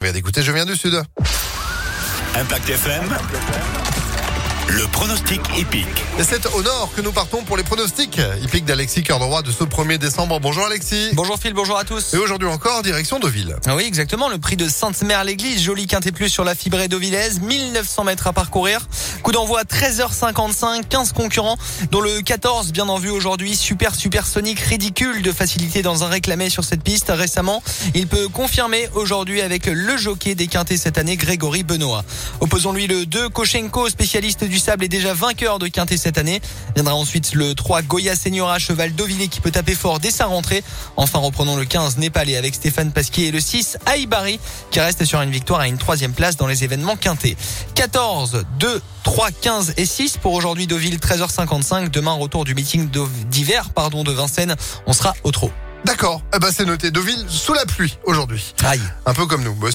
vient d'écouter Je viens du Sud. Impact FM, le pronostic hippique. Et c'est au nord que nous partons pour les pronostics hippiques d'Alexis Cœur de Roi de ce 1er décembre. Bonjour Alexis. Bonjour Phil, bonjour à tous. Et aujourd'hui encore, direction Deauville. Oui, exactement, le prix de Sainte-Mère-l'Église, joli quintet plus sur la fibrée deauvillaise, 1900 mètres à parcourir. Coup d'envoi 13h55, 15 concurrents, dont le 14, bien en vue aujourd'hui, Super Sonic, ridicule de facilité dans un réclamé sur cette piste récemment. Il peut confirmer aujourd'hui avec le jockey des quintets cette année, Grégory Benoît. Opposons-lui le 2, Koshenko, spécialiste du sable et déjà vainqueur de quintet cette année. Viendra ensuite le 3, Goya Seniora, cheval deauvillé qui peut taper fort dès sa rentrée. Enfin, reprenons le 15, Népalais avec Stéphane Pasquier et le 6, Aïbari, qui reste sur une victoire à une 3e place dans les événements quintés. 14, 2, 3, 15 et 6 pour aujourd'hui Deauville, 13h55. Demain, retour du meeting d'hiver, de Vincennes. On sera au trot. D'accord, c'est noté. Deauville sous la pluie aujourd'hui. Aïe. Un peu comme nous.